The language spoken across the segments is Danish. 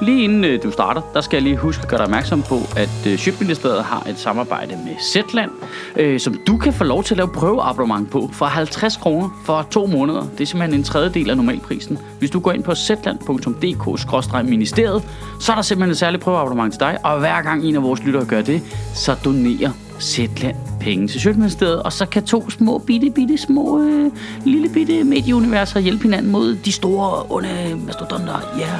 lige inden du starter, der skal jeg lige huske at gøre dig opmærksom på, at Sjøtministeriet har et samarbejde med Zetland, som du kan få lov til at lave prøveabonnement på for 50 kroner for 2 måneder. Det er simpelthen en tredjedel af normalprisen. Hvis du går ind på zetland.dk/ministeriet, så er der simpelthen et særligt prøveabonnement til dig, og hver gang en af vores lyttere gør det, så donerer Zetland penge til Sjøtministeriet, og så kan 2 små små lille bitte medieuniverser hjælpe hinanden mod de store onde mastodonter. Yeah.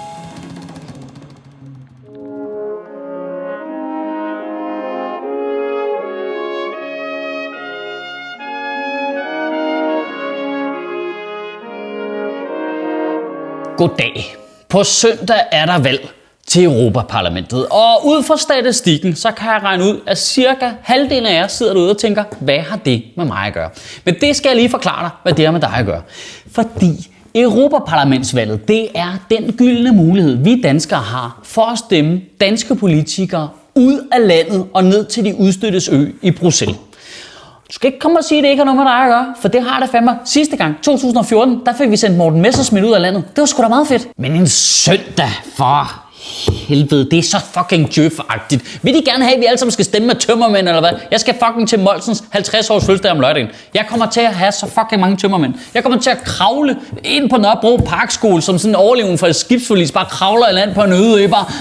Goddag. På søndag er der valg til Europaparlamentet, og ud fra statistikken, så kan jeg regne ud, at cirka halvdelen af jer sidder derude og tænker, hvad har det med mig at gøre? Men det skal jeg lige forklare dig, hvad det har med dig at gøre. Fordi Europaparlamentsvalget, det er den gyldne mulighed, vi danskere har for at stemme danske politikere ud af landet og ned til de udstødtes ø i Bruxelles. Du skal ikke komme og sige, at det ikke har noget med dig at gøre, for det har det fandme. Sidste gang, 2014, der fik vi sendt Morten Messerschmidt ud af landet. Det var sgu da meget fedt. Men en søndag, for helvede, det er så fucking djøf-agtigt. Vil de gerne have, at vi alle sammen skal stemme med tømmermænd, eller hvad? Jeg skal fucking til Molsens 50 års fødselsdag om lørdagen. Jeg kommer til at have så fucking mange tømmermænd. Jeg kommer til at kravle ind på Nørrebro Parkskole, som sådan en overlevende fra et skibsforlis, bare kravler i land på en øde ø, bare...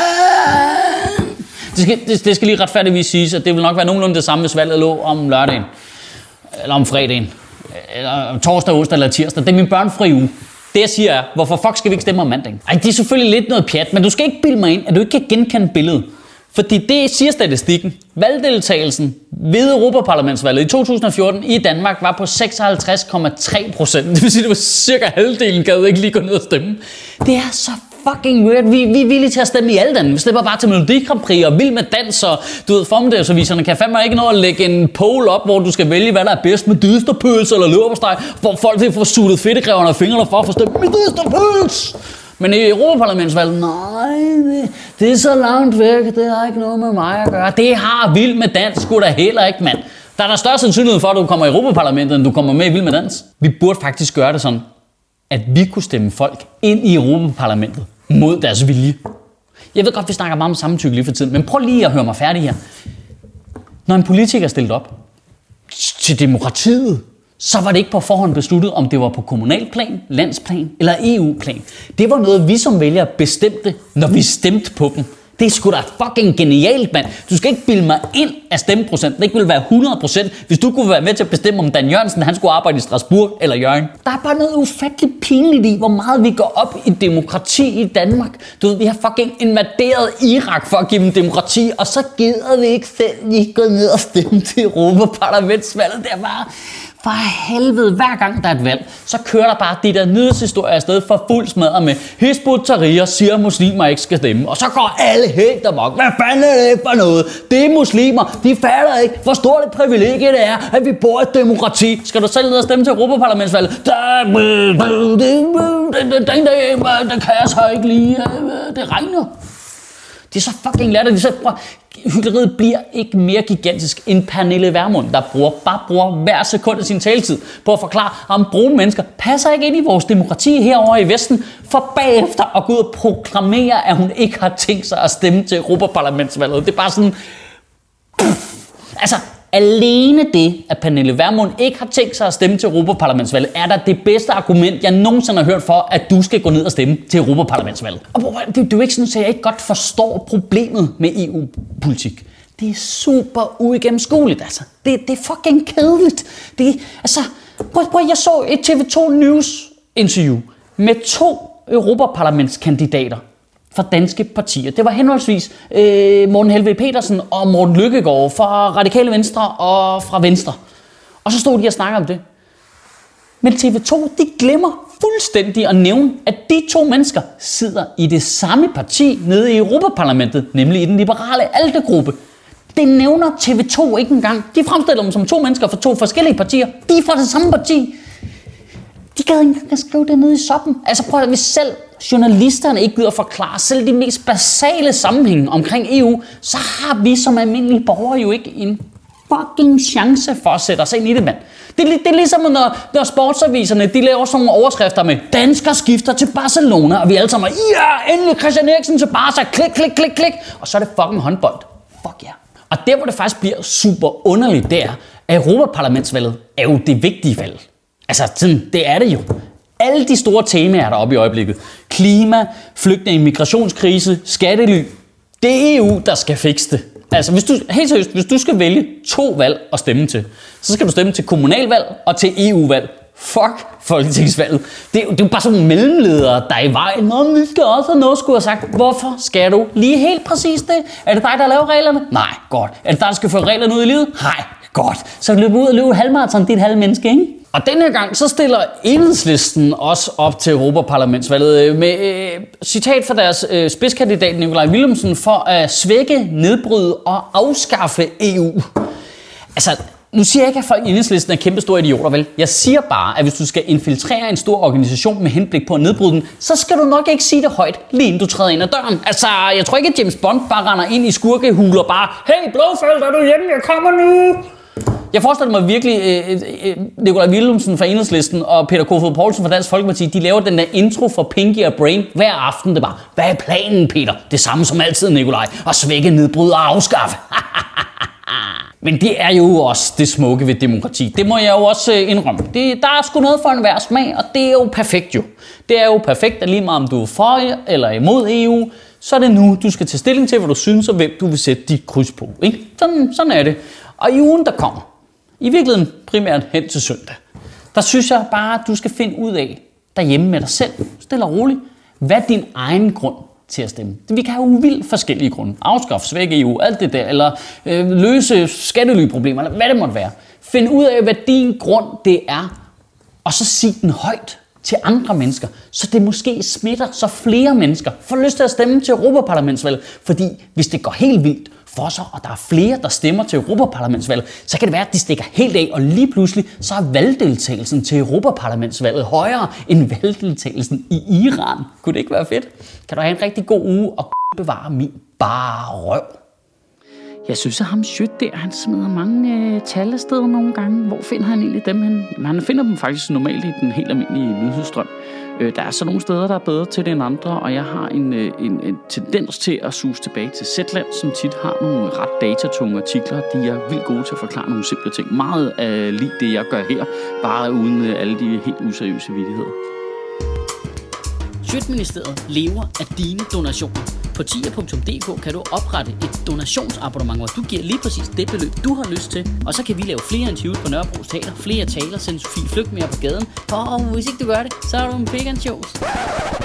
Det skal lige retfærdigvis siges, at det vil nok være nogenlunde det samme, hvis valget lå om lørdagen, eller om fredagen, eller om torsdag, onsdag eller tirsdag. Det er min børnefri uge. Det jeg siger er, hvorfor fuck skal vi ikke stemme om mandagen? Ej, det er selvfølgelig lidt noget pjat, men du skal ikke bilde mig ind, at du ikke kan genkende billedet. Fordi det siger statistikken. Valgdeltagelsen ved Europaparlamentsvalget i 2014 i Danmark var på 56,3%. Det vil sige, det var cirka halvdelen gad ikke lige gå ned og stemme. Det er så fucking weird. Vi er villige til at stemme i alle lande. Vi slipper bare til Melodi Grand Prix og Vild med Dans, og du ved, formiddagsaviserne kan fandme ikke nå at lægge en poll op, hvor du skal vælge, hvad der er bedst med dysterpølse eller leverpostej, hvor folk vil få suttet fedtegræverne og fingrene for at få stemt med dysterpølse. Men i Europaparlamentsvalget, nej, det er så langt væk, det har ikke noget med mig at gøre. Det har Vild med Dans sgu da heller ikke, mand. Der er større sandsynlighed for, at du kommer i Europaparlamentet, end du kommer med i Vild med Dans. Vi burde faktisk gøre det sådan, at vi kunne stemme folk ind i Europaparlamentet mod deres vilje. Jeg ved godt, vi snakker meget om samtykke lige for tiden, men prøv lige at høre mig færdig her. Når en politiker stillede op til demokratiet, så var det ikke på forhånd besluttet, om det var på kommunalplan, landsplan eller EU-plan. Det var noget, vi som vælgere bestemte, når vi stemte på dem. Det er sgu da fucking genialt, mand. Du skal ikke bilde mig ind af stemmeprocenten. Det ikke ville være 100%, hvis du kunne være med til at bestemme, om Dan Jørgensen han skulle arbejde i Strasbourg eller Hjørring. Der er bare noget ufatteligt pinligt i, hvor meget vi går op i demokrati i Danmark. Du ved, vi har fucking invaderet Irak for at give dem demokrati, og så gider vi ikke selv lige gå ned og stemme til Europaparlamentsvalget. Det er bare... For helvede, hver gang der er et valg, så kører der bare de der nyhedshistorier afsted for fuld smadret med Hizb ut-Tahrir siger, at muslimer ikke skal stemme. Og så går alle helt amok. Hvad fanden er det for noget? Det er muslimer. De fatter ikke, hvor stort et privilegie det er, at vi bor i et demokrati. Skal du selv ned og stemme til Europaparlamentsvalget? Den kan jeg så ikke lige. Det regner. Det er så fucking latterligt. Hykleriet bliver ikke mere gigantisk end Pernille Vermund, der bruger hver sekund af sin taletid på at forklare, om brune mennesker passer ikke ind i vores demokrati herovre i Vesten, for bagefter at gå ud og proklamere, at hun ikke har tænkt sig at stemme til Europaparlamentsvalget. Det er bare sådan... Altså, alene det, at Pernille Vermund ikke har tænkt sig at stemme til Europaparlamentsvalget, er da det bedste argument, jeg nogensinde har hørt for, at du skal gå ned og stemme til Europaparlamentsvalget. Og det er jo ikke sådan, at jeg ikke godt forstår problemet med EU-politik. Det er super uigennemskueligt, altså. Det er fucking kedeligt. Jeg så et TV2 News-interview med 2 europaparlamentskandidater fra danske partier. Det var henholdsvis Morten Helveg Petersen og Morten Løkkegaard fra Radikale Venstre og fra Venstre. Og så stod de og snakkede om det. Men TV2, de glemmer fuldstændig at nævne, at de 2 mennesker sidder i det samme parti nede i Europaparlamentet, nemlig i den liberale ALDE-gruppe. Det nævner TV2 ikke engang. De fremstiller dem som 2 mennesker fra 2 forskellige partier. De er fra det samme parti. De gad ikke engang at skrive det nede i soppen. Altså prøv at hvis selv journalisterne ikke gider forklare selv de mest basale sammenhænge omkring EU, så har vi som almindelige borgere jo ikke en fucking chance for at sætte os ind i det, mand. Det er ligesom, når sportsaviserne, de laver sådan nogle overskrifter med, dansker skifter til Barcelona, og vi alle sammen ja, endelig Christian Eriksen til Barca, klik, klik, klik, klik, og så er det fucking håndbold. Fuck ja. Og der, hvor det faktisk bliver super underligt, det er, at Europaparlamentsvalget er jo det vigtige valg. Altså, sådan, det er det jo. Alle de store temaer, der er oppe i øjeblikket. Klima, flygtninge, migrationskrise, skattely. Det er EU, der skal fikse det. Altså, hvis du skal vælge 2 valg at stemme til, så skal du stemme til kommunalvalg og til EU-valg. Fuck folketingsvalget. Det er jo bare sådan nogle mellemledere, der er i vejen. Nå, vi skal også have noget, skulle have sagt. Hvorfor skal du lige helt præcis det? Er det dig, der laver reglerne? Nej, godt. Er det dig, der skal føre reglerne ud i livet? Nej, godt. Så løb ud og løb et halvmarathon, det er et halvt menneske, ikke? Og den her gang, så stiller Enhedslisten også op til Europaparlamentsvalget med citat fra deres spidskandidat Nikolaj Villumsen for at svække, nedbryde og afskaffe EU. Altså, nu siger jeg ikke, at folk i Enhedslisten er kæmpe store idioter, vel? Jeg siger bare, at hvis du skal infiltrere en stor organisation med henblik på at nedbryde den, så skal du nok ikke sige det højt, lige inden du træder ind ad døren. Altså, jeg tror ikke, at James Bond bare render ind i skurkehuler og bare, hey, Blofeld, er du hjemme? Jeg kommer nu! Jeg forestiller mig virkelig, Nikolaj Villumsen fra Enhedslisten og Peter Kofod Poulsen fra Dansk Folkeparti, de laver den der intro for Pinky og Brain hver aften. Det bare, hvad er planen, Peter? Det samme som altid, Nikolaj. At svække, nedbryde og afskaffe. Men det er jo også det smukke ved demokrati. Det må jeg jo også indrømme. Der er sgu noget for enhver smag, og det er jo perfekt jo. Det er jo perfekt, at lige meget om du er for eller imod EU, så er det nu, du skal tage stilling til, hvad du synes, og hvem du vil sætte dit kryds på. Ikke? Sådan er det. Og i ugen, der kommer, i virkeligheden primært hen til søndag, der synes jeg bare, at du skal finde ud af, derhjemme med dig selv, stille og roligt, hvad er din egen grund til at stemme. Vi kan have jo vildt forskellige grunde. Afskaffe, svække EU, alt det der, eller løse skattelyproblemer, eller hvad det måtte være. Find ud af, hvad din grund det er, og så sig den højt til andre mennesker, så det måske smitter, så flere mennesker får lyst til at stemme til Europaparlamentsvalget. Fordi hvis det går helt vildt for sig, og der er flere, der stemmer til Europaparlamentsvalget, så kan det være, at de stikker helt af, og lige pludselig så er valgdeltagelsen til Europaparlamentsvalget højere end valgdeltagelsen i Iran. Kunne det ikke være fedt? Kan du have en rigtig god uge og bevare min bare røv? Jeg synes, at ham Schødt der, han smider mange tal afsted nogle gange. Hvor finder han egentlig dem hen? Han finder dem faktisk normalt i den helt almindelige nyhedsstrøm. Der er så nogle steder, der er bedre til det end andre, og jeg har en tendens til at suge tilbage til Zetland, som tit har nogle ret datatunge artikler. De er vildt gode til at forklare nogle simple ting. Meget lige det, jeg gør her, bare uden alle de helt useriøse vittigheder. Sjøtministeriet lever af dine donationer. På tier.dk kan du oprette et donationsabonnement, hvor du giver lige præcis det beløb, du har lyst til. Og så kan vi lave flere interviews på Nørrebros Teater, flere taler, sende Sofie Flygt mere på gaden. Og hvis ikke du gør det, så er du en pig and shows.